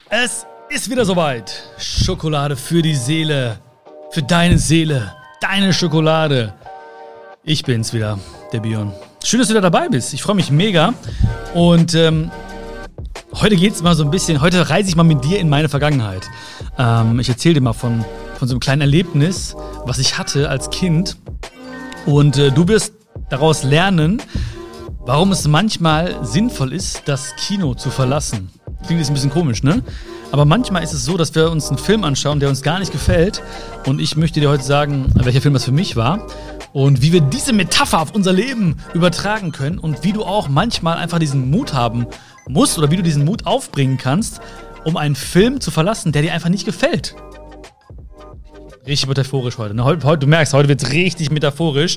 Es ist wieder soweit. Schokolade für die Seele. Für deine Seele. Deine Schokolade. Ich bin's wieder, der Björn. Schön, dass du wieder dabei bist. Ich freue mich mega. Und heute geht's mal so ein bisschen, heute reise ich mal mit dir in meine Vergangenheit. Ich erzähle dir mal von so einem kleinen Erlebnis, was ich hatte als Kind. Und du wirst daraus lernen, warum es manchmal sinnvoll ist, das Kino zu verlassen. Klingt jetzt ein bisschen komisch, ne? Aber manchmal ist es so, dass wir uns einen Film anschauen, der uns gar nicht gefällt. Und ich möchte dir heute sagen, welcher Film das für mich war. Und wie wir diese Metapher auf unser Leben übertragen können. Und wie du auch manchmal einfach diesen Mut haben musst oder wie du diesen Mut aufbringen kannst, um einen Film zu verlassen, der dir einfach nicht gefällt. Richtig metaphorisch heute, ne? Heute, du merkst, heute wird es richtig metaphorisch.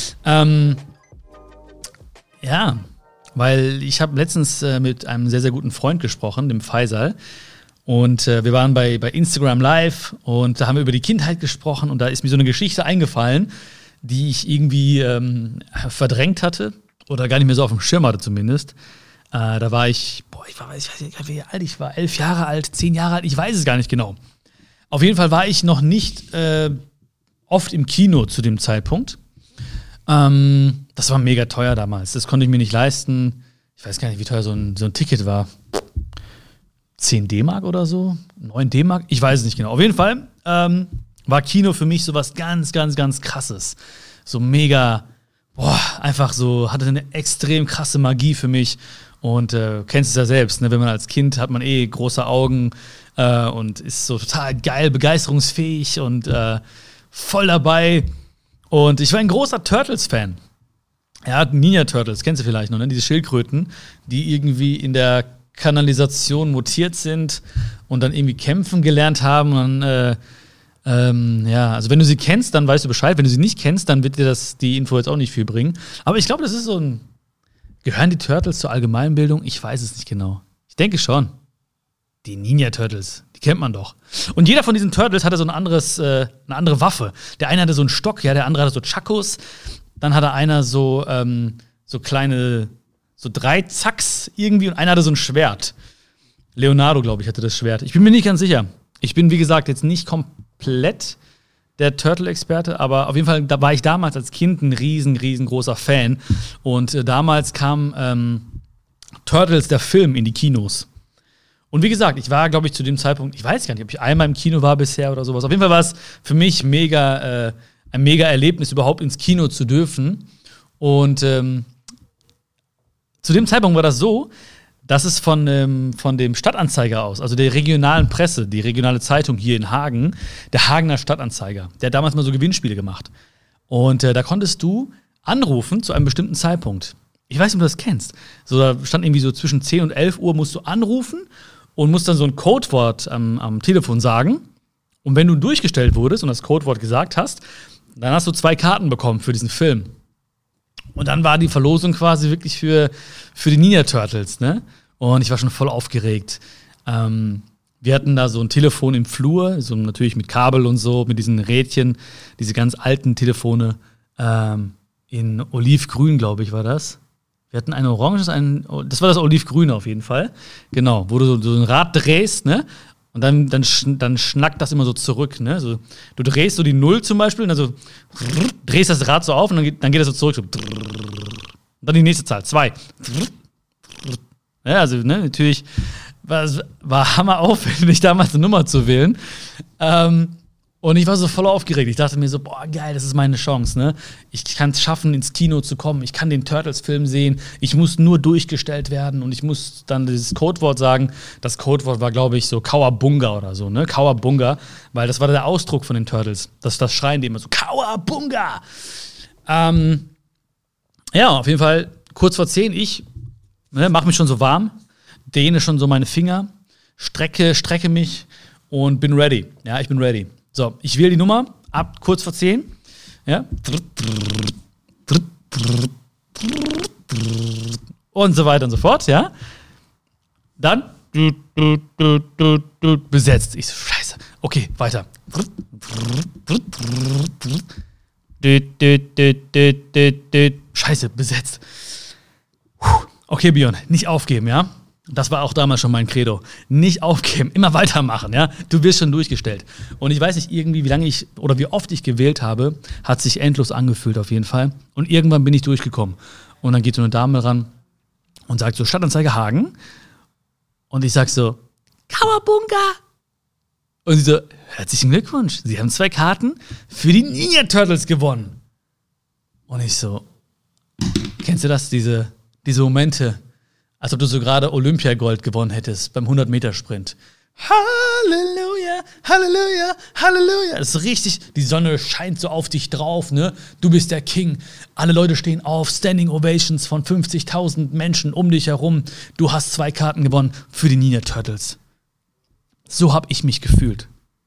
Ja, weil ich habe letztens mit einem sehr, sehr guten Freund gesprochen, dem Faisal. Und wir waren bei Instagram Live und da haben wir über die Kindheit gesprochen und da ist mir so eine Geschichte eingefallen, die ich irgendwie verdrängt hatte oder gar nicht mehr so auf dem Schirm hatte zumindest. Da war ich weiß nicht, wie alt ich war, 11 Jahre alt, 10 Jahre alt, ich weiß es gar nicht genau. Auf jeden Fall war ich noch nicht oft im Kino zu dem Zeitpunkt. Das war mega teuer damals, das konnte ich mir nicht leisten. Ich weiß gar nicht, wie teuer so ein Ticket war. 10 D-Mark oder so? 9 D-Mark? Ich weiß es nicht genau. Auf jeden Fall war Kino für mich so was ganz, ganz, ganz Krasses. So mega, einfach so, hatte eine extrem krasse Magie für mich. Und kennst es ja selbst, ne? Wenn man als Kind hat man große Augen und ist so total geil, begeisterungsfähig und voll dabei. Und ich war ein großer Turtles-Fan. Ja, Ninja Turtles, kennst du vielleicht noch, ne? Diese Schildkröten, die irgendwie in der Kanalisation mutiert sind und dann irgendwie kämpfen gelernt haben. Und also wenn du sie kennst, dann weißt du Bescheid. Wenn du sie nicht kennst, dann wird dir die Info jetzt auch nicht viel bringen. Aber ich glaube, das ist gehören die Turtles zur Allgemeinbildung? Ich weiß es nicht genau. Ich denke schon. Die Ninja Turtles, die kennt man doch. Und jeder von diesen Turtles hatte so eine andere Waffe. Der eine hatte so einen Stock, ja, der andere hatte so Chakos. Dann hatte einer so kleine, so 3 Zacks irgendwie und einer hatte so ein Schwert. Leonardo, glaube ich, hatte das Schwert. Ich bin mir nicht ganz sicher. Ich bin, wie gesagt, jetzt nicht komplett der Turtle-Experte, aber auf jeden Fall da war ich damals als Kind ein riesengroßer Fan. Und damals kam Turtles, der Film, in die Kinos. Und wie gesagt, ich war, glaube ich, zu dem Zeitpunkt, ich weiß gar nicht, ob ich einmal im Kino war bisher oder sowas. Auf jeden Fall war es für mich ein mega Erlebnis, überhaupt ins Kino zu dürfen. Und zu dem Zeitpunkt war das so, dass es von dem Stadtanzeiger aus, also der regionalen Presse, die regionale Zeitung hier in Hagen, der Hagener Stadtanzeiger, der hat damals mal so Gewinnspiele gemacht. Und da konntest du anrufen zu einem bestimmten Zeitpunkt. Ich weiß nicht, ob du das kennst. So, da stand irgendwie so zwischen 10 und 11 Uhr musst du anrufen und musst dann so ein Codewort am Telefon sagen. Und wenn du durchgestellt wurdest und das Codewort gesagt hast, dann hast du 2 Karten bekommen für diesen Film. Und dann war die Verlosung quasi wirklich für die Ninja Turtles, ne? Und ich war schon voll aufgeregt. Wir hatten da so ein Telefon im Flur, so natürlich mit Kabel und so, mit diesen Rädchen, diese ganz alten Telefone. In Olivgrün, glaube ich, war das. Wir hatten ein oranges, das war das Olivgrüne auf jeden Fall. Genau, wo du so ein Rad drehst, ne? Und dann schnackt das immer so zurück, ne? So, du drehst so die 0 zum Beispiel und dann so drehst das Rad so auf und dann geht das so zurück. So. Und dann die nächste Zahl, 2. Ja, also, ne, natürlich war hammer aufwendig, damals eine Nummer zu wählen. Und ich war so voll aufgeregt. Ich dachte mir so, boah, geil, das ist meine Chance, ne? Ich kann es schaffen, ins Kino zu kommen. Ich kann den Turtles-Film sehen. Ich muss nur durchgestellt werden und ich muss dann dieses Codewort sagen. Das Codewort war, glaube ich, so Kawabunga oder so, ne? Kawabunga, weil das war der Ausdruck von den Turtles. Das schreien die immer so, Kawabunga! Ja, auf jeden Fall, kurz vor 10, ich mach mich schon so warm, dehne schon so meine Finger, strecke mich und bin ready. Ja, ich bin ready. So, ich wähle die Nummer ab kurz vor 10. Ja. Und so weiter und so fort, ja. Dann besetzt. Ich so, scheiße. Okay, weiter. Scheiße, besetzt. Okay, Björn, nicht aufgeben, ja? Das war auch damals schon mein Credo. Nicht aufgeben, immer weitermachen, ja. Du wirst schon durchgestellt. Und ich weiß nicht irgendwie, wie lange ich oder wie oft ich gewählt habe, hat sich endlos angefühlt auf jeden Fall. Und irgendwann bin ich durchgekommen. Und dann geht so eine Dame ran und sagt so, Stadtanzeiger Hagen. Und ich sag so, Kawabunga. Und sie so, herzlichen Glückwunsch, Sie haben 2 Karten für die Ninja Turtles gewonnen. Und ich so, kennst du das, diese Momente, als ob du so gerade Olympiagold gewonnen hättest beim 100-Meter-Sprint. Halleluja, Halleluja, Halleluja. Das ist richtig, die Sonne scheint so auf dich drauf, ne? Du bist der King. Alle Leute stehen auf, Standing Ovations von 50.000 Menschen um dich herum. Du hast 2 Karten gewonnen für die Ninja Turtles. So habe ich mich gefühlt.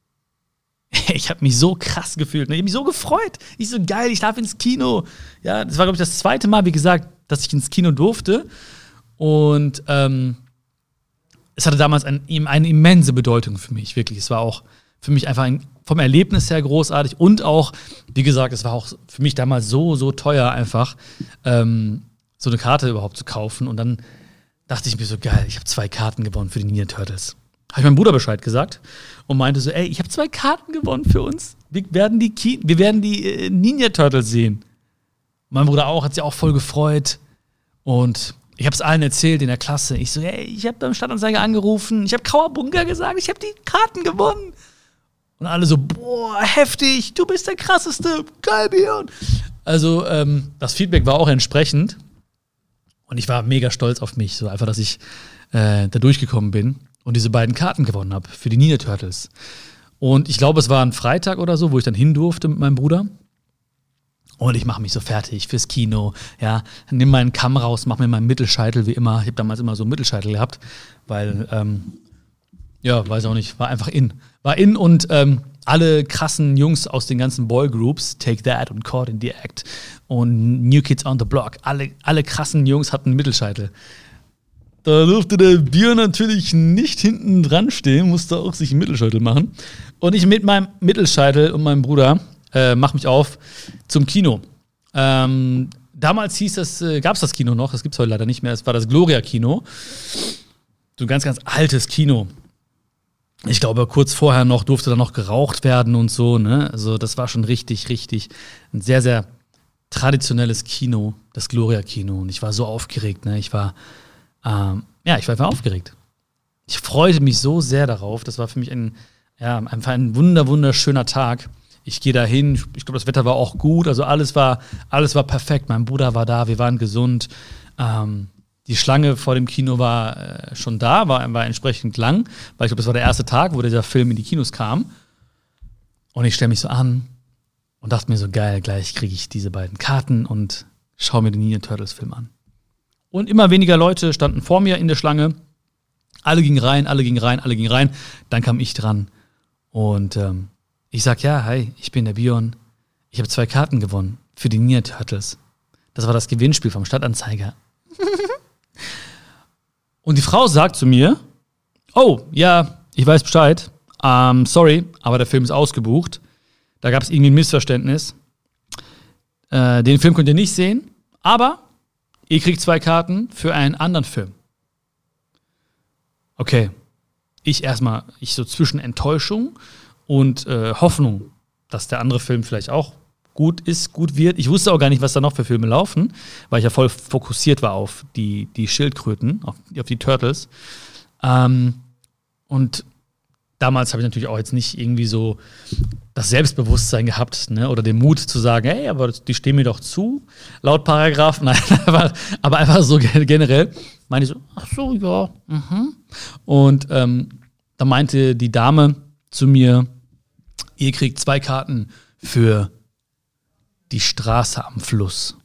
Ich habe mich so krass gefühlt, ne? Ich habe mich so gefreut. Ich so geil, ich darf ins Kino. Ja, das war, glaube ich, das 2. Mal, wie gesagt, dass ich ins Kino durfte. Und es hatte damals eine immense Bedeutung für mich, wirklich. Es war auch für mich einfach vom Erlebnis her großartig und auch, wie gesagt, es war auch für mich damals so teuer einfach, so eine Karte überhaupt zu kaufen. Und dann dachte ich mir so, geil, ich habe 2 Karten gewonnen für die Ninja Turtles. Habe ich meinem Bruder Bescheid gesagt und meinte so, ey, ich habe 2 Karten gewonnen für uns. Wir werden die Ninja Turtles sehen. Mein Bruder auch, hat sich auch voll gefreut. Und ich habe es allen erzählt in der Klasse. Ich so, hey, ich habe beim Stadtanzeiger angerufen, ich habe Kawabunga gesagt, ich habe die Karten gewonnen. Und alle so, boah, heftig, du bist der Krasseste, geil, Björn. Also, das Feedback war auch entsprechend. Und ich war mega stolz auf mich, so einfach, dass ich da durchgekommen bin und diese beiden Karten gewonnen habe für die Ninja Turtles. Und ich glaube, es war ein Freitag oder so, wo ich dann hin durfte mit meinem Bruder. Und ich mache mich so fertig fürs Kino, ja, nimm meinen Kamm raus, mach mir meinen Mittelscheitel, wie immer. Ich habe damals immer so einen Mittelscheitel gehabt, weil, ja, weiß auch nicht, war einfach in. War in und alle krassen Jungs aus den ganzen Boygroups, Take That und Caught in the Act und New Kids on the Block, alle krassen Jungs hatten einen Mittelscheitel. Da durfte der Björn natürlich nicht hinten dran stehen, musste auch sich einen Mittelscheitel machen. Und ich mit meinem Mittelscheitel und meinem Bruder mach mich auf zum Kino. Damals gab es das Kino noch, das gibt es heute leider nicht mehr, es war das Gloria-Kino. So ein ganz, ganz altes Kino. Ich glaube, kurz vorher noch durfte da noch geraucht werden und so, ne? Also das war schon richtig ein sehr, sehr traditionelles Kino, das Gloria-Kino. Und ich war so aufgeregt, ne? Ich war einfach aufgeregt. Ich freute mich so sehr darauf. Das war für mich einfach ein wunderschöner Tag. Ich gehe da hin, ich glaube, das Wetter war auch gut, also alles war perfekt. Mein Bruder war da, wir waren gesund. Die Schlange vor dem Kino war schon da, war entsprechend lang, weil ich glaube, das war der erste Tag, wo dieser Film in die Kinos kam. Und ich stelle mich so an und dachte mir so, geil, gleich kriege ich diese beiden Karten und schaue mir den Ninja Turtles Film an. Und immer weniger Leute standen vor mir in der Schlange. Alle gingen rein. Dann kam ich dran. Und ich sag, ja, hi, ich bin der Björn. Ich habe 2 Karten gewonnen für die Ninja Turtles. Das war das Gewinnspiel vom Stadtanzeiger. Und die Frau sagt zu mir, oh, ja, ich weiß Bescheid. Sorry, aber der Film ist ausgebucht. Da gab es irgendwie ein Missverständnis. Den Film könnt ihr nicht sehen, aber ihr kriegt 2 Karten für einen anderen Film. Okay. Ich so zwischen Enttäuschung und Hoffnung, dass der andere Film vielleicht auch gut wird. Ich wusste auch gar nicht, was da noch für Filme laufen, weil ich ja voll fokussiert war auf die Schildkröten, auf die Turtles. Und damals habe ich natürlich auch jetzt nicht irgendwie so das Selbstbewusstsein gehabt, ne, oder den Mut zu sagen, hey, aber die stehen mir doch zu, laut Paragraph. Nein, aber einfach so generell. Meinte ich so, ach so, ja. Und da meinte die Dame zu mir, ihr kriegt 2 Karten für Die Straße am Fluss.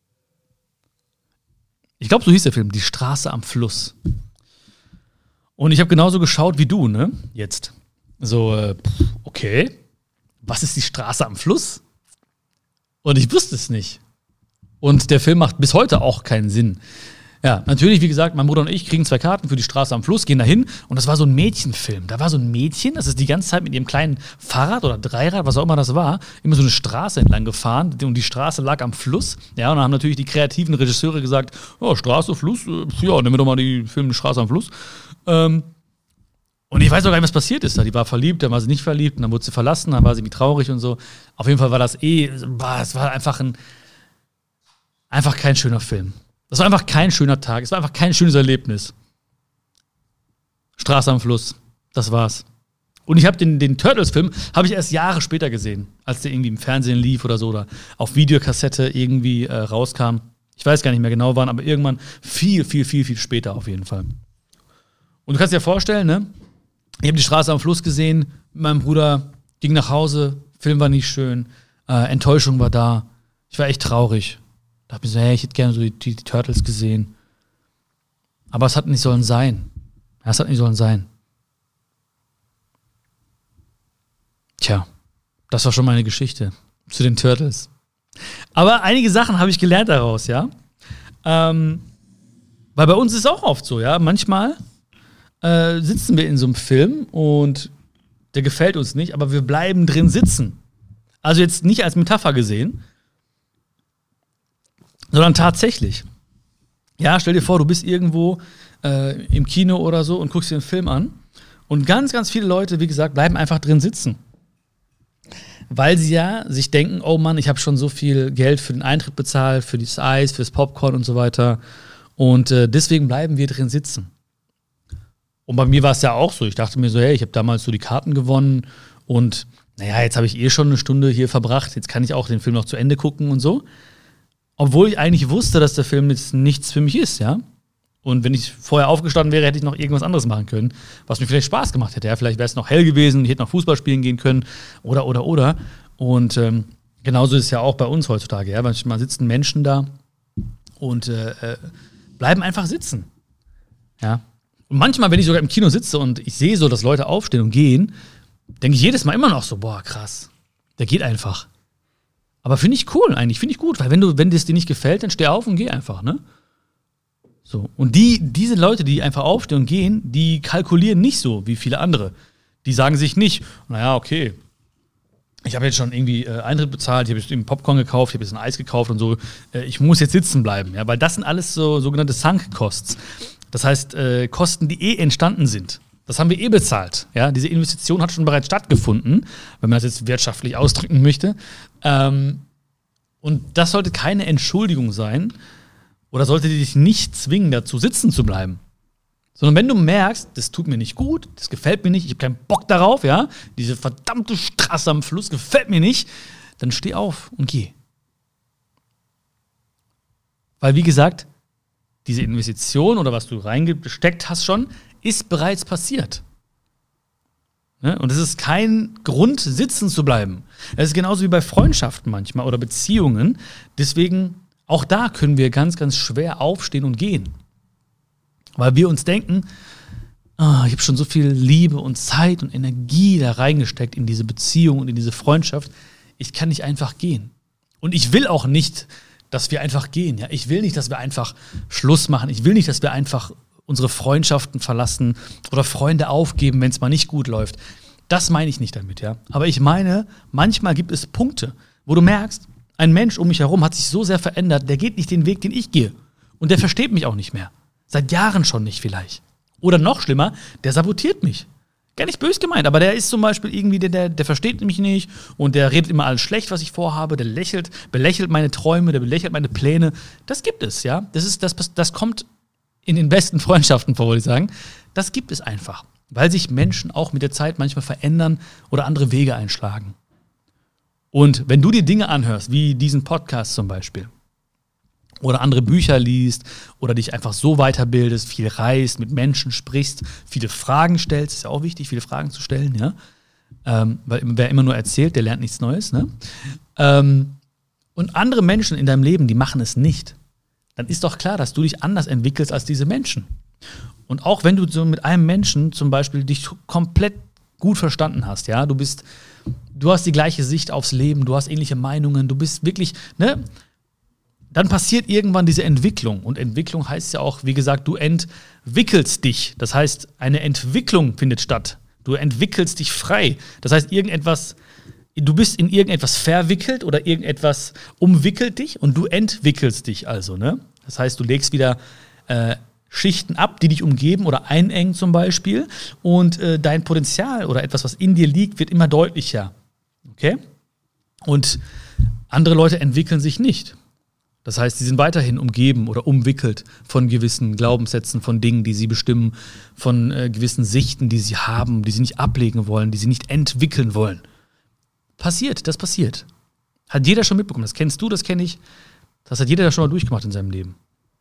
Ich glaube, so hieß der Film, Die Straße am Fluss. Und ich habe genauso geschaut wie du, ne? Jetzt. So, okay. Was ist die Straße am Fluss? Und ich wusste es nicht. Und der Film macht bis heute auch keinen Sinn. Ja, natürlich, wie gesagt, mein Bruder und ich kriegen 2 Karten für die Straße am Fluss, gehen da hin und das war so ein Mädchenfilm. Da war so ein Mädchen, das ist die ganze Zeit mit ihrem kleinen Fahrrad oder Dreirad, was auch immer das war, immer so eine Straße entlang gefahren und die Straße lag am Fluss. Ja, und dann haben natürlich die kreativen Regisseure gesagt, oh, Straße, Fluss, ja, nehmen wir doch mal die Film Straße am Fluss. Und ich weiß auch gar nicht, was passiert ist da. Die war verliebt, dann war sie nicht verliebt, und dann wurde sie verlassen, dann war sie traurig und so. Auf jeden Fall war das es war einfach kein schöner Film. Das war einfach kein schöner Tag. Es war einfach kein schönes Erlebnis. Straße am Fluss. Das war's. Und ich habe den Turtles-Film habe ich erst Jahre später gesehen, als der irgendwie im Fernsehen lief oder so oder auf Videokassette irgendwie rauskam. Ich weiß gar nicht mehr genau wann, aber irgendwann viel später auf jeden Fall. Und du kannst dir vorstellen, ne? Ich habe die Straße am Fluss gesehen, mit meinem Bruder, ging nach Hause, Film war nicht schön, Enttäuschung war da. Ich war echt traurig. Da dachte ich so, hey, ich hätte gerne so die Turtles gesehen. Aber es hat nicht sollen sein. Ja, es hat nicht sollen sein. Tja, das war schon meine Geschichte zu den Turtles. Aber einige Sachen habe ich gelernt daraus, ja. Weil bei uns ist es auch oft so, ja. Manchmal sitzen wir in so einem Film und der gefällt uns nicht, aber wir bleiben drin sitzen. Also jetzt nicht als Metapher gesehen, sondern tatsächlich. Ja, stell dir vor, du bist irgendwo im Kino oder so und guckst dir einen Film an und ganz viele Leute, wie gesagt, bleiben einfach drin sitzen. Weil sie ja sich denken, oh Mann, ich habe schon so viel Geld für den Eintritt bezahlt, für das Eis, fürs Popcorn und so weiter. Und deswegen bleiben wir drin sitzen. Und bei mir war es ja auch so. Ich dachte mir so, hey, ich habe damals so die Karten gewonnen und naja, jetzt habe ich schon eine Stunde hier verbracht, jetzt kann ich auch den Film noch zu Ende gucken und so. Obwohl ich eigentlich wusste, dass der Film jetzt nichts für mich ist, ja. Und wenn ich vorher aufgestanden wäre, hätte ich noch irgendwas anderes machen können, was mir vielleicht Spaß gemacht hätte. Ja, vielleicht wäre es noch hell gewesen, ich hätte noch Fußball spielen gehen können oder. Und genauso ist es ja auch bei uns heutzutage. Ja? Manchmal sitzen Menschen da und bleiben einfach sitzen. Ja. Und manchmal, wenn ich sogar im Kino sitze und ich sehe so, dass Leute aufstehen und gehen, denke ich jedes Mal immer noch so, boah, krass, der geht einfach. Aber finde ich cool eigentlich, finde ich gut, weil wenn es dir nicht gefällt, dann steh auf und geh einfach, ne? So. Und diese Leute, die einfach aufstehen und gehen, die kalkulieren nicht so wie viele andere. Die sagen sich nicht, naja, okay, ich habe jetzt schon irgendwie Eintritt bezahlt, ich habe jetzt irgendwie Popcorn gekauft, ich habe jetzt ein Eis gekauft und so, ich muss jetzt sitzen bleiben, ja, weil das sind alles so sogenannte Sunk-Costs. Das heißt, Kosten, die entstanden sind. Das haben wir bezahlt. Ja? Diese Investition hat schon bereits stattgefunden, wenn man das jetzt wirtschaftlich ausdrücken möchte. Und das sollte keine Entschuldigung sein oder sollte dich nicht zwingen, dazu sitzen zu bleiben. Sondern wenn du merkst, das tut mir nicht gut, das gefällt mir nicht, ich habe keinen Bock darauf, ja, diese verdammte Straße am Fluss gefällt mir nicht, dann steh auf und geh. Weil, wie gesagt, diese Investition oder was du reingesteckt hast schon, ist bereits passiert. Ne? Und es ist kein Grund, sitzen zu bleiben. Es ist genauso wie bei Freundschaften manchmal oder Beziehungen. Deswegen, auch da können wir ganz schwer aufstehen und gehen. Weil wir uns denken, ich habe schon so viel Liebe und Zeit und Energie da reingesteckt in diese Beziehung und in diese Freundschaft. Ich kann nicht einfach gehen. Und ich will auch nicht, dass wir einfach gehen. Ja? Ich will nicht, dass wir einfach Schluss machen. Ich will nicht, dass wir einfach unsere Freundschaften verlassen oder Freunde aufgeben, wenn es mal nicht gut läuft. Das meine ich nicht damit, ja. Aber ich meine, manchmal gibt es Punkte, wo du merkst, ein Mensch um mich herum hat sich so sehr verändert, der geht nicht den Weg, den ich gehe. Und der versteht mich auch nicht mehr. Seit Jahren schon nicht vielleicht. Oder noch schlimmer, der sabotiert mich. Gar nicht böse gemeint, aber der ist zum Beispiel irgendwie, der versteht mich nicht und der redet immer alles schlecht, was ich vorhabe, der belächelt meine Träume, der belächelt meine Pläne. Das gibt es, ja. Das kommt in den besten Freundschaften vor, würde ich sagen. Das gibt es einfach, weil sich Menschen auch mit der Zeit manchmal verändern oder andere Wege einschlagen. Und wenn du dir Dinge anhörst, wie diesen Podcast zum Beispiel, oder andere Bücher liest oder dich einfach so weiterbildest, viel reist, mit Menschen sprichst, viele Fragen stellst, ist ja auch wichtig, viele Fragen zu stellen, ja. Weil wer immer nur erzählt, der lernt nichts Neues, ne? Und andere Menschen in deinem Leben, die machen es nicht. Dann ist doch klar, dass du dich anders entwickelst als diese Menschen. Und auch wenn du so mit einem Menschen zum Beispiel dich komplett gut verstanden hast, ja, du hast die gleiche Sicht aufs Leben, du hast ähnliche Meinungen, du bist wirklich, ne? dann passiert irgendwann diese Entwicklung. Und Entwicklung heißt ja auch, wie gesagt, du entwickelst dich. Das heißt, eine Entwicklung findet statt. Du entwickelst dich frei. Das heißt, du bist in irgendetwas verwickelt oder irgendetwas umwickelt dich und du entwickelst dich also. Ne? Das heißt, du legst wieder Schichten ab, die dich umgeben oder einengen zum Beispiel. Und dein Potenzial oder etwas, was in dir liegt, wird immer deutlicher. Okay? Und andere Leute entwickeln sich nicht. Das heißt, sie sind weiterhin umgeben oder umwickelt von gewissen Glaubenssätzen, von Dingen, die sie bestimmen, von gewissen Sichten, die sie haben, die sie nicht ablegen wollen, die sie nicht entwickeln wollen. Das passiert. Hat jeder schon mitbekommen. Das kennst du, das kenne ich. Das hat jeder schon mal durchgemacht in seinem Leben.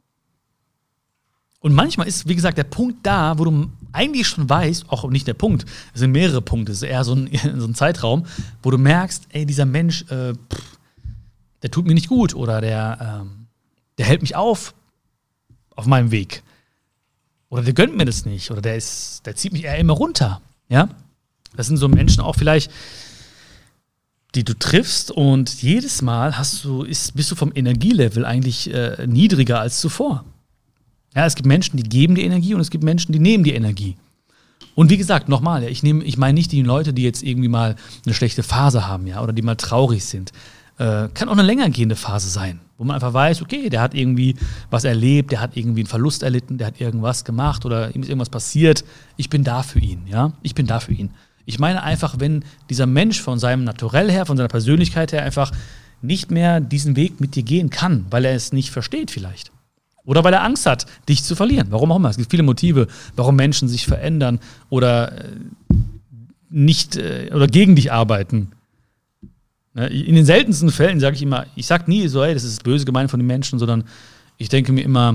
Und manchmal ist, wie gesagt, der Punkt da, wo du eigentlich schon weißt, auch nicht der Punkt, es sind mehrere Punkte, es ist eher so ein Zeitraum, wo du merkst, ey, dieser Mensch, der tut mir nicht gut oder der hält mich auf meinem Weg. Oder der gönnt mir das nicht. Oder der zieht mich eher immer runter. Ja? Das sind so Menschen auch vielleicht, die du triffst und jedes Mal bist du vom Energielevel eigentlich niedriger als zuvor. Ja, es gibt Menschen, die geben dir Energie und es gibt Menschen, die nehmen dir Energie. Und wie gesagt, nochmal, ich meine nicht die Leute, die jetzt irgendwie mal eine schlechte Phase haben, ja, oder die mal traurig sind. Kann auch eine länger gehende Phase sein, wo man einfach weiß, okay, der hat irgendwie was erlebt, der hat irgendwie einen Verlust erlitten, der hat irgendwas gemacht oder ihm ist irgendwas passiert. Ich bin da für ihn, ja, ich bin da für ihn. Ich meine einfach, wenn dieser Mensch von seinem Naturell her, von seiner Persönlichkeit her einfach nicht mehr diesen Weg mit dir gehen kann, weil er es nicht versteht vielleicht. Oder weil er Angst hat, dich zu verlieren. Warum auch immer. Es gibt viele Motive, warum Menschen sich verändern oder nicht oder gegen dich arbeiten. In den seltensten Fällen sage ich immer, ich sage nie so, hey, das ist böse gemeint von den Menschen, sondern ich denke mir immer,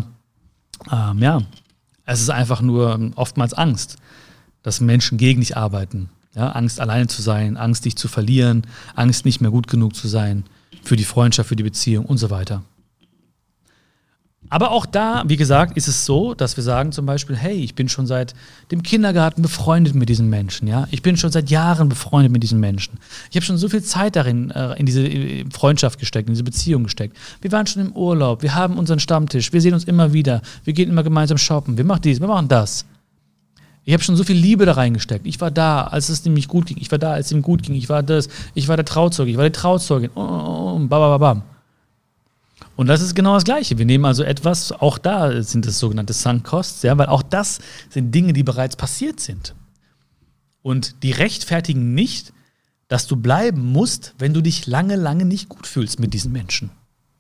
es ist einfach nur oftmals Angst, dass Menschen gegen dich arbeiten. Ja? Angst, alleine zu sein, Angst, dich zu verlieren, Angst, nicht mehr gut genug zu sein für die Freundschaft, für die Beziehung und so weiter. Aber auch da, wie gesagt, ist es so, dass wir sagen zum Beispiel, hey, ich bin schon seit dem Kindergarten befreundet mit diesen Menschen, ja. Ich bin schon seit Jahren befreundet mit diesen Menschen. Ich habe schon so viel Zeit darin, in diese Freundschaft gesteckt, in diese Beziehung gesteckt. Wir waren schon im Urlaub, wir haben unseren Stammtisch, wir sehen uns immer wieder, wir gehen immer gemeinsam shoppen, wir machen dies, wir machen das. Ich habe schon so viel Liebe da reingesteckt. Ich war da, als es nämlich gut ging. Ich war da, als es ihm gut ging. Ich war der Trauzeuge, ich war die Trauzeugin. Babababam. Und das ist genau das Gleiche. Wir nehmen also etwas, auch da sind es sogenannte Sunk Costs, ja, weil auch das sind Dinge, die bereits passiert sind. Und die rechtfertigen nicht, dass du bleiben musst, wenn du dich lange, lange nicht gut fühlst mit diesen Menschen.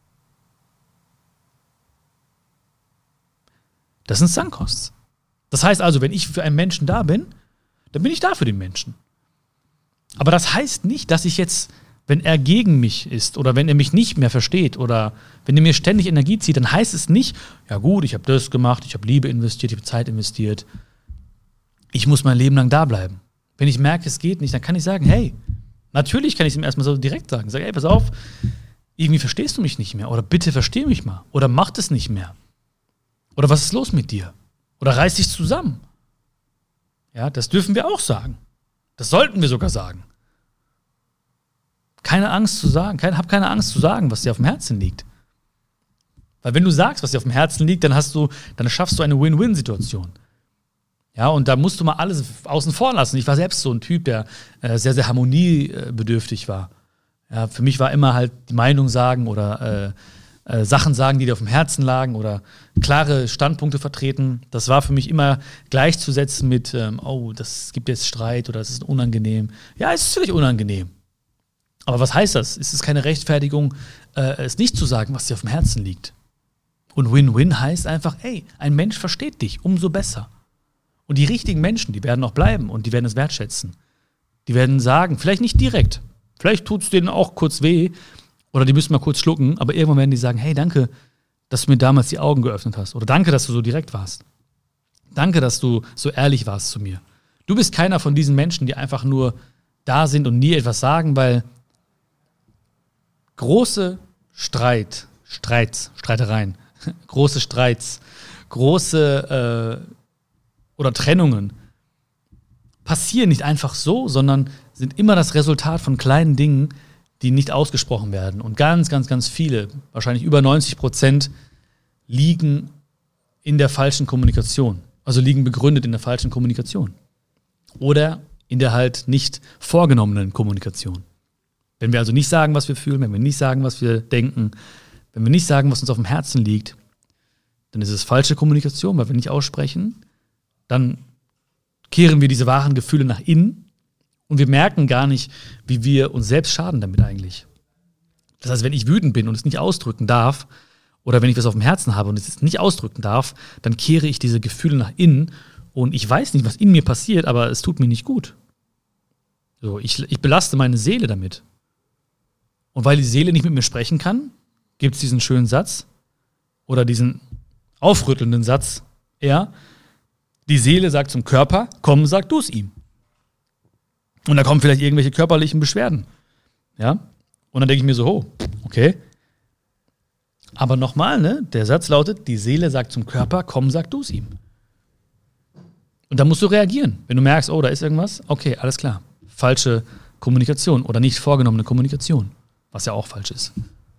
Das sind Sunk Costs. Das heißt also, wenn ich für einen Menschen da bin, dann bin ich da für den Menschen. Aber das heißt nicht, dass ich jetzt, wenn er gegen mich ist oder wenn er mich nicht mehr versteht oder wenn er mir ständig Energie zieht, dann heißt es nicht, ja gut, ich habe das gemacht, ich habe Liebe investiert, ich habe Zeit investiert. Ich muss mein Leben lang da bleiben. Wenn ich merke, es geht nicht, dann kann ich sagen, hey, natürlich kann ich es ihm erstmal so direkt sagen. Sag, hey, pass auf, irgendwie verstehst du mich nicht mehr oder bitte versteh mich mal oder mach das nicht mehr. Oder was ist los mit dir? Oder reiß dich zusammen. Ja, das dürfen wir auch sagen. Das sollten wir sogar sagen. Keine Angst zu sagen, hab keine Angst zu sagen, was dir auf dem Herzen liegt. Weil wenn du sagst, was dir auf dem Herzen liegt, dann schaffst du eine Win-Win-Situation. Ja, und da musst du mal alles außen vor lassen. Ich war selbst so ein Typ, der sehr, sehr harmoniebedürftig war. Ja, für mich war immer halt die Meinung sagen oder Sachen sagen, die dir auf dem Herzen lagen oder klare Standpunkte vertreten. Das war für mich immer gleichzusetzen mit, das gibt jetzt Streit oder das ist unangenehm. Ja, es ist völlig unangenehm. Aber was heißt das? Es ist keine Rechtfertigung, es nicht zu sagen, was dir auf dem Herzen liegt. Und Win-Win heißt einfach, ey, ein Mensch versteht dich, umso besser. Und die richtigen Menschen, die werden auch bleiben und die werden es wertschätzen. Die werden sagen, vielleicht nicht direkt, vielleicht tut es denen auch kurz weh oder die müssen mal kurz schlucken, aber irgendwann werden die sagen, hey, danke, dass du mir damals die Augen geöffnet hast oder danke, dass du so direkt warst. Danke, dass du so ehrlich warst zu mir. Du bist keiner von diesen Menschen, die einfach nur da sind und nie etwas sagen, weil große Streitereien, große Streits, große oder Trennungen passieren nicht einfach so, sondern sind immer das Resultat von kleinen Dingen, die nicht ausgesprochen werden. Und ganz, ganz, ganz viele, wahrscheinlich über 90%, liegen in der falschen Kommunikation. Also liegen begründet in der falschen Kommunikation. Oder in der halt nicht vorgenommenen Kommunikation. Wenn wir also nicht sagen, was wir fühlen, wenn wir nicht sagen, was wir denken, wenn wir nicht sagen, was uns auf dem Herzen liegt, dann ist es falsche Kommunikation, weil wir nicht aussprechen. Dann kehren wir diese wahren Gefühle nach innen und wir merken gar nicht, wie wir uns selbst schaden damit eigentlich. Das heißt, wenn ich wütend bin und es nicht ausdrücken darf, oder wenn ich was auf dem Herzen habe und es nicht ausdrücken darf, dann kehre ich diese Gefühle nach innen und ich weiß nicht, was in mir passiert, aber es tut mir nicht gut. So, ich belaste meine Seele damit. Und weil die Seele nicht mit mir sprechen kann, gibt es diesen schönen Satz oder diesen aufrüttelnden Satz eher, die Seele sagt zum Körper, komm, sag du es ihm. Und da kommen vielleicht irgendwelche körperlichen Beschwerden. Ja? Und dann denke ich mir so, oh, okay. Aber nochmal, ne? Der Satz lautet, die Seele sagt zum Körper, komm, sag du es ihm. Und dann musst du reagieren. Wenn du merkst, oh, da ist irgendwas, okay, alles klar. Falsche Kommunikation oder nicht vorgenommene Kommunikation, was ja auch falsch ist.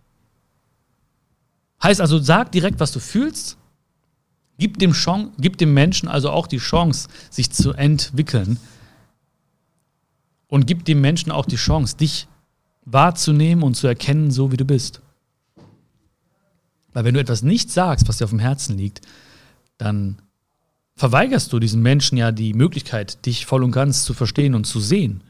Heißt also, sag direkt, was du fühlst, gib dem Menschen also auch die Chance, sich zu entwickeln und gib dem Menschen auch die Chance, dich wahrzunehmen und zu erkennen, so wie du bist. Weil wenn du etwas nicht sagst, was dir auf dem Herzen liegt, dann verweigerst du diesen Menschen ja die Möglichkeit, dich voll und ganz zu verstehen und zu sehen.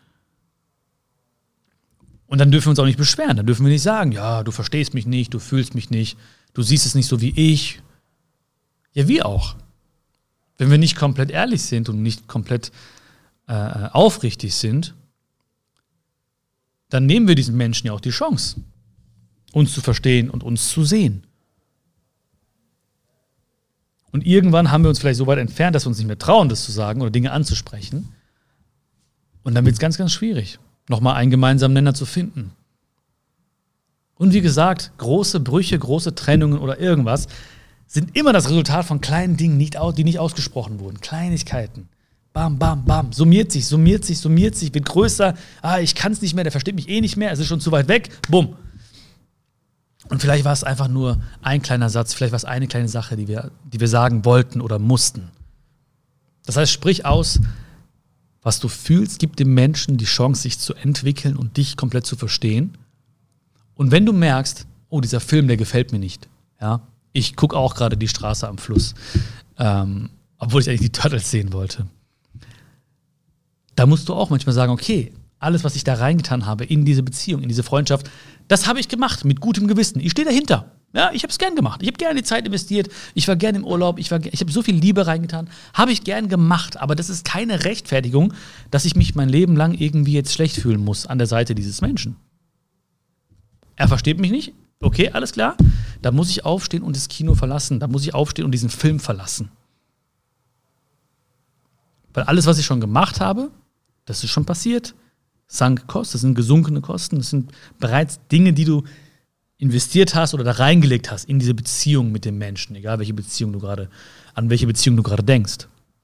Und dann dürfen wir uns auch nicht beschweren. Dann dürfen wir nicht sagen, ja, du verstehst mich nicht, du fühlst mich nicht, du siehst es nicht so wie ich. Ja, wir auch. Wenn wir nicht komplett ehrlich sind und nicht komplett aufrichtig sind, dann nehmen wir diesen Menschen ja auch die Chance, uns zu verstehen und uns zu sehen. Und irgendwann haben wir uns vielleicht so weit entfernt, dass wir uns nicht mehr trauen, das zu sagen oder Dinge anzusprechen. Und dann wird es ganz, ganz schwierig, nochmal einen gemeinsamen Nenner zu finden. Und wie gesagt, große Brüche, große Trennungen oder irgendwas sind immer das Resultat von kleinen Dingen, die nicht ausgesprochen wurden. Kleinigkeiten. Bam, bam, bam. Summiert sich, wird größer. Ich kann es nicht mehr, der versteht mich eh nicht mehr, es ist schon zu weit weg. Bumm. Und vielleicht war es einfach nur ein kleiner Satz, vielleicht war es eine kleine Sache, die wir sagen wollten oder mussten. Das heißt, sprich aus, was du fühlst, gib dem Menschen die Chance, sich zu entwickeln und dich komplett zu verstehen. Und wenn du merkst, oh, dieser Film, der gefällt mir nicht, ja, ich gucke auch gerade die Straße am Fluss, obwohl ich eigentlich die Turtles sehen wollte. Da musst du auch manchmal sagen, okay, alles, was ich da reingetan habe in diese Beziehung, in diese Freundschaft, das habe ich gemacht mit gutem Gewissen. Ich stehe dahinter. Ja, ich habe es gern gemacht. Ich habe gerne die Zeit investiert. Ich war gern im Urlaub. Ich habe so viel Liebe reingetan. Habe ich gern gemacht. Aber das ist keine Rechtfertigung, dass ich mich mein Leben lang irgendwie jetzt schlecht fühlen muss an der Seite dieses Menschen. Er versteht mich nicht. Okay, alles klar. Da muss ich aufstehen und das Kino verlassen. Da muss ich aufstehen und diesen Film verlassen. Weil alles, was ich schon gemacht habe, das ist schon passiert. Sunk Cost, das sind gesunkene Kosten. Das sind bereits Dinge, die du investiert hast oder da reingelegt hast in diese Beziehung mit dem Menschen, egal an welche Beziehung du gerade denkst.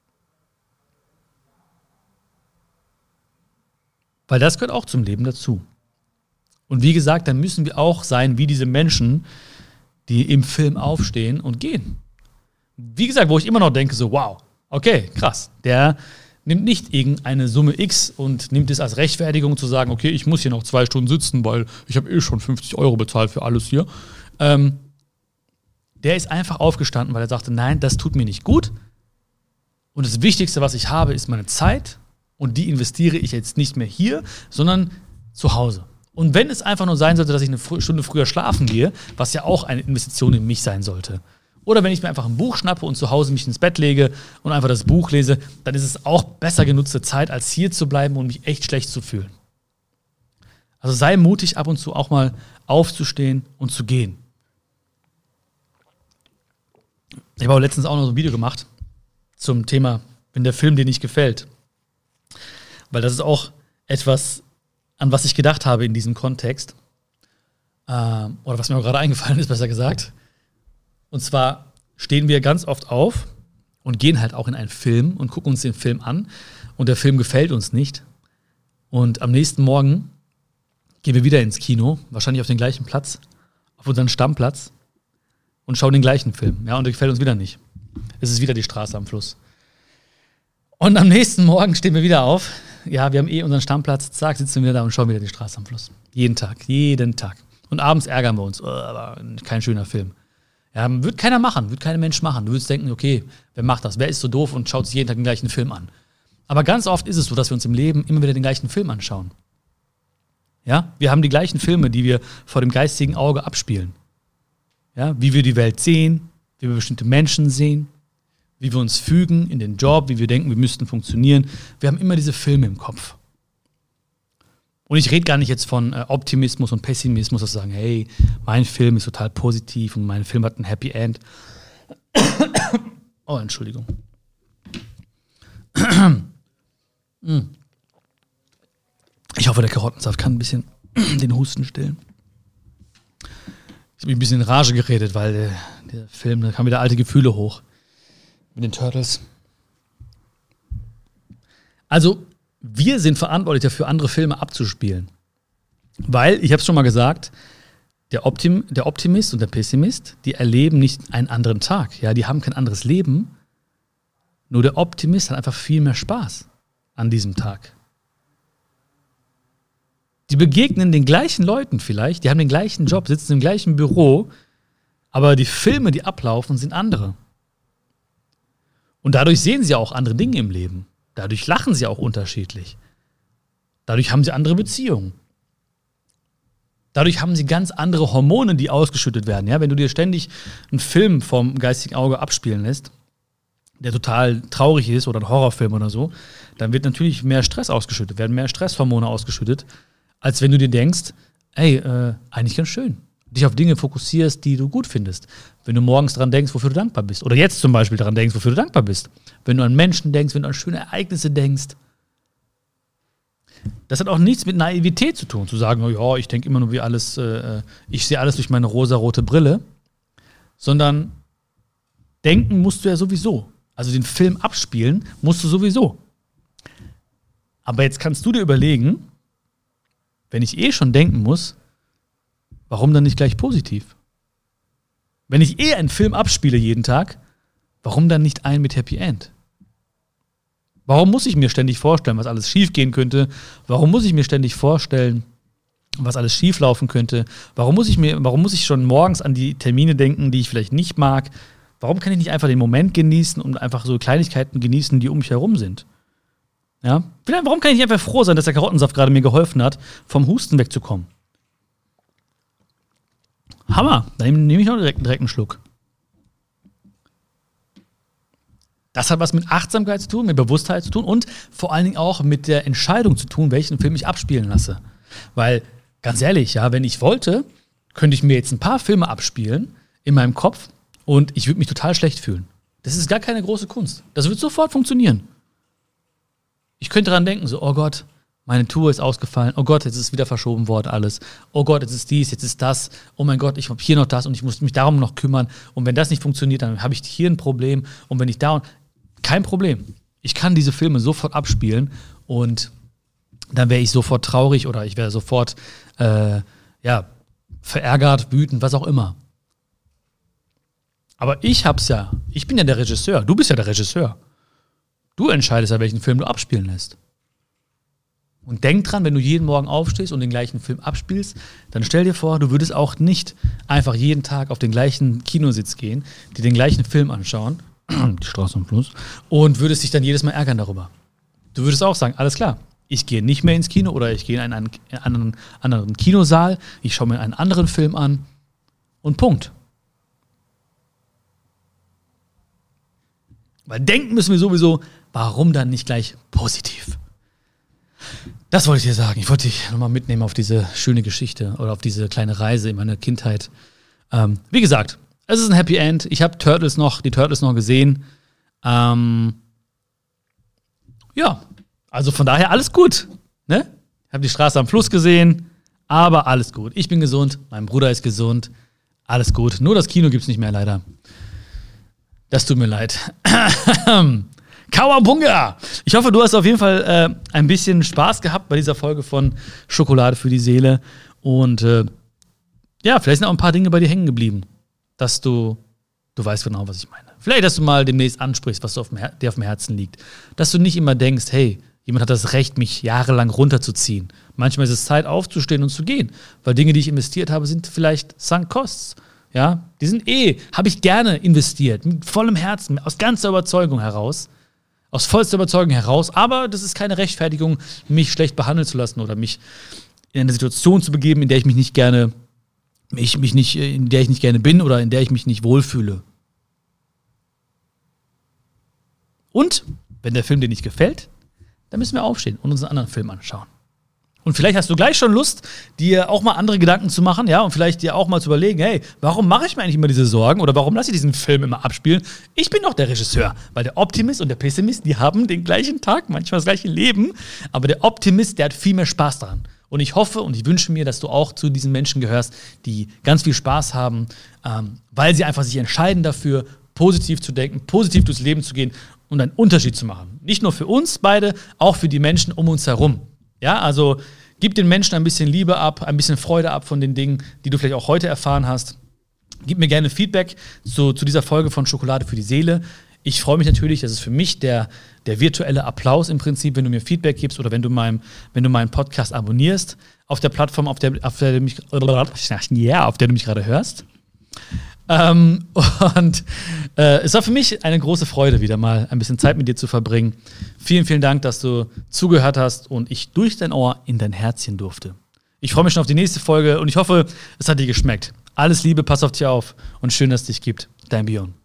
Weil das gehört auch zum Leben dazu. Und wie gesagt, dann müssen wir auch sein wie diese Menschen, die im Film aufstehen und gehen. Wie gesagt, wo ich immer noch denke, so wow, okay, krass, der nimmt nicht irgendeine Summe X und nimmt es als Rechtfertigung zu sagen, okay, ich muss hier noch 2 Stunden sitzen, weil ich habe schon 50 € bezahlt für alles hier. Der ist einfach aufgestanden, weil er sagte, nein, das tut mir nicht gut. Und das Wichtigste, was ich habe, ist meine Zeit. Und die investiere ich jetzt nicht mehr hier, sondern zu Hause. Und wenn es einfach nur sein sollte, dass ich eine Stunde früher schlafen gehe, was ja auch eine Investition in mich sein sollte. Oder wenn ich mir einfach ein Buch schnappe und zu Hause mich ins Bett lege und einfach das Buch lese, dann ist es auch besser genutzte Zeit, als hier zu bleiben und mich echt schlecht zu fühlen. Also sei mutig, ab und zu auch mal aufzustehen und zu gehen. Ich habe letztens auch noch so ein Video gemacht zum Thema, wenn der Film dir nicht gefällt. Weil das ist auch etwas, an was ich gedacht habe in diesem Kontext. Oder was mir auch gerade eingefallen ist, besser gesagt. Und zwar stehen wir ganz oft auf und gehen halt auch in einen Film und gucken uns den Film an. Und der Film gefällt uns nicht. Und am nächsten Morgen gehen wir wieder ins Kino, wahrscheinlich auf den gleichen Platz, auf unseren Stammplatz und schauen den gleichen Film. Ja, und der gefällt uns wieder nicht. Es ist wieder die Straße am Fluss. Und am nächsten Morgen stehen wir wieder auf. Ja, wir haben unseren Stammplatz. Zack, sitzen wir wieder da und schauen wieder die Straße am Fluss. Jeden Tag. Und abends ärgern wir uns. Oh, aber kein schöner Film. Ja, wird keiner machen, wird kein Mensch machen. Du würdest denken, okay, wer macht das? Wer ist so doof und schaut sich jeden Tag den gleichen Film an? Aber ganz oft ist es so, dass wir uns im Leben immer wieder den gleichen Film anschauen. Ja, wir haben die gleichen Filme, die wir vor dem geistigen Auge abspielen. Ja, wie wir die Welt sehen, wie wir bestimmte Menschen sehen, wie wir uns fügen in den Job, wie wir denken, wir müssten funktionieren. Wir haben immer diese Filme im Kopf. Und ich rede gar nicht jetzt von Optimismus und Pessimismus, dass wir sagen, hey, mein Film ist total positiv und mein Film hat ein Happy End. Oh, Entschuldigung. Ich hoffe, der Karottensaft kann ein bisschen den Husten stillen. Ich habe mich ein bisschen in Rage geredet, weil der Film, da kamen wieder alte Gefühle hoch. Mit den Turtles. Also, wir sind verantwortlich dafür, andere Filme abzuspielen. Weil, ich habe es schon mal gesagt, der Optimist und der Pessimist, die erleben nicht einen anderen Tag. Ja, die haben kein anderes Leben. Nur der Optimist hat einfach viel mehr Spaß an diesem Tag. Die begegnen den gleichen Leuten vielleicht, die haben den gleichen Job, sitzen im gleichen Büro, aber die Filme, die ablaufen, sind andere. Und dadurch sehen sie auch andere Dinge im Leben. Dadurch lachen sie auch unterschiedlich. Dadurch haben sie andere Beziehungen. Dadurch haben sie ganz andere Hormone, die ausgeschüttet werden. Ja, wenn du dir ständig einen Film vom geistigen Auge abspielen lässt, der total traurig ist oder ein Horrorfilm oder so, dann wird natürlich mehr Stress ausgeschüttet, werden mehr Stresshormone ausgeschüttet, als wenn du dir denkst, ey, eigentlich ganz schön. Dich auf Dinge fokussierst, die du gut findest. Wenn du morgens daran denkst, wofür du dankbar bist. Oder jetzt zum Beispiel daran denkst, wofür du dankbar bist. Wenn du an Menschen denkst, wenn du an schöne Ereignisse denkst. Das hat auch nichts mit Naivität zu tun, zu sagen, oh ja, ich denke immer nur wie alles, ich sehe alles durch meine rosarote Brille. Sondern denken musst du ja sowieso. Also den Film abspielen musst du sowieso. Aber jetzt kannst du dir überlegen, wenn ich schon denken muss, warum dann nicht gleich positiv? Wenn ich einen Film abspiele jeden Tag, warum dann nicht einen mit Happy End? Warum muss ich mir ständig vorstellen, was alles schief gehen könnte? Warum muss ich mir ständig vorstellen, was alles schief laufen könnte? Warum muss ich schon morgens an die Termine denken, die ich vielleicht nicht mag? Warum kann ich nicht einfach den Moment genießen und einfach so Kleinigkeiten genießen, die um mich herum sind? Ja? Warum kann ich nicht einfach froh sein, dass der Karottensaft gerade mir geholfen hat, vom Husten wegzukommen? Hammer, dann nehme ich noch direkt einen Schluck. Das hat was mit Achtsamkeit zu tun, mit Bewusstheit zu tun und vor allen Dingen auch mit der Entscheidung zu tun, welchen Film ich abspielen lasse. Weil, ganz ehrlich, ja, wenn ich wollte, könnte ich mir jetzt ein paar Filme abspielen in meinem Kopf und ich würde mich total schlecht fühlen. Das ist gar keine große Kunst. Das wird sofort funktionieren. Ich könnte daran denken, so, oh Gott, meine Tour ist ausgefallen. Oh Gott, jetzt ist es wieder verschoben worden alles. Oh Gott, jetzt ist dies, jetzt ist das. Oh mein Gott, ich habe hier noch das und ich muss mich darum noch kümmern. Und wenn das nicht funktioniert, dann habe ich hier ein Problem. Und wenn ich da... Kein Problem. Ich kann diese Filme sofort abspielen und dann wäre ich sofort traurig oder ich wäre sofort verärgert, wütend, was auch immer. Aber ich bin ja der Regisseur. Du bist ja der Regisseur. Du entscheidest ja, welchen Film du abspielen lässt. Und denk dran, wenn du jeden Morgen aufstehst und den gleichen Film abspielst, dann stell dir vor, du würdest auch nicht einfach jeden Tag auf den gleichen Kinositz gehen, dir den gleichen Film anschauen, die Straße am Fluss, und würdest dich dann jedes Mal ärgern darüber. Du würdest auch sagen, alles klar, ich gehe nicht mehr ins Kino oder ich gehe in einen anderen Kinosaal, ich schaue mir einen anderen Film an und Punkt. Weil denken müssen wir sowieso, warum dann nicht gleich positiv? Das wollte ich dir sagen. Ich wollte dich nochmal mitnehmen auf diese schöne Geschichte oder auf diese kleine Reise in meine Kindheit. Wie gesagt, es ist ein Happy End. Ich habe die Turtles noch gesehen. Ja, also von daher alles gut. Ne? Ich habe die Straße am Fluss gesehen, aber alles gut. Ich bin gesund, mein Bruder ist gesund, alles gut. Nur das Kino gibt's nicht mehr, leider. Das tut mir leid. Kawabunga! Ich hoffe, du hast auf jeden Fall ein bisschen Spaß gehabt bei dieser Folge von Schokolade für die Seele. Und ja, vielleicht sind auch ein paar Dinge bei dir hängen geblieben, dass du weißt genau, was ich meine. Vielleicht, dass du mal demnächst ansprichst, was dir auf dem Herzen liegt. Dass du nicht immer denkst, hey, jemand hat das Recht, mich jahrelang runterzuziehen. Manchmal ist es Zeit, aufzustehen und zu gehen. Weil Dinge, die ich investiert habe, sind vielleicht sunk costs. Ja, die sind habe ich gerne investiert. Mit vollem Herzen, aus ganzer Überzeugung heraus. Aus vollster Überzeugung heraus. Aber das ist keine Rechtfertigung, mich schlecht behandeln zu lassen oder mich in eine Situation zu begeben, in der ich mich nicht gerne, in der ich nicht gerne bin oder in der ich mich nicht wohlfühle. Und, wenn der Film dir nicht gefällt, dann müssen wir aufstehen und uns einen anderen Film anschauen. Und vielleicht hast du gleich schon Lust, dir auch mal andere Gedanken zu machen, ja, und vielleicht dir auch mal zu überlegen, hey, warum mache ich mir eigentlich immer diese Sorgen oder warum lasse ich diesen Film immer abspielen? Ich bin doch der Regisseur, weil der Optimist und der Pessimist, die haben den gleichen Tag, manchmal das gleiche Leben, aber der Optimist, der hat viel mehr Spaß daran. Und ich hoffe und ich wünsche mir, dass du auch zu diesen Menschen gehörst, die ganz viel Spaß haben, weil sie einfach sich entscheiden dafür, positiv zu denken, positiv durchs Leben zu gehen und einen Unterschied zu machen. Nicht nur für uns beide, auch für die Menschen um uns herum. Ja, also gib den Menschen ein bisschen Liebe ab, ein bisschen Freude ab von den Dingen, die du vielleicht auch heute erfahren hast. Gib mir gerne Feedback zu dieser Folge von Schokolade für die Seele. Ich freue mich natürlich, das ist für mich der virtuelle Applaus im Prinzip, wenn du mir Feedback gibst oder wenn du meinen Podcast abonnierst auf der Plattform, auf der du mich gerade hörst. Es war für mich eine große Freude, wieder mal ein bisschen Zeit mit dir zu verbringen. Vielen, vielen Dank, dass du zugehört hast und ich durch dein Ohr in dein Herzchen durfte. Ich freue mich schon auf die nächste Folge und ich hoffe, es hat dir geschmeckt. Alles Liebe, pass auf dich auf und schön, dass es dich gibt. Dein Björn.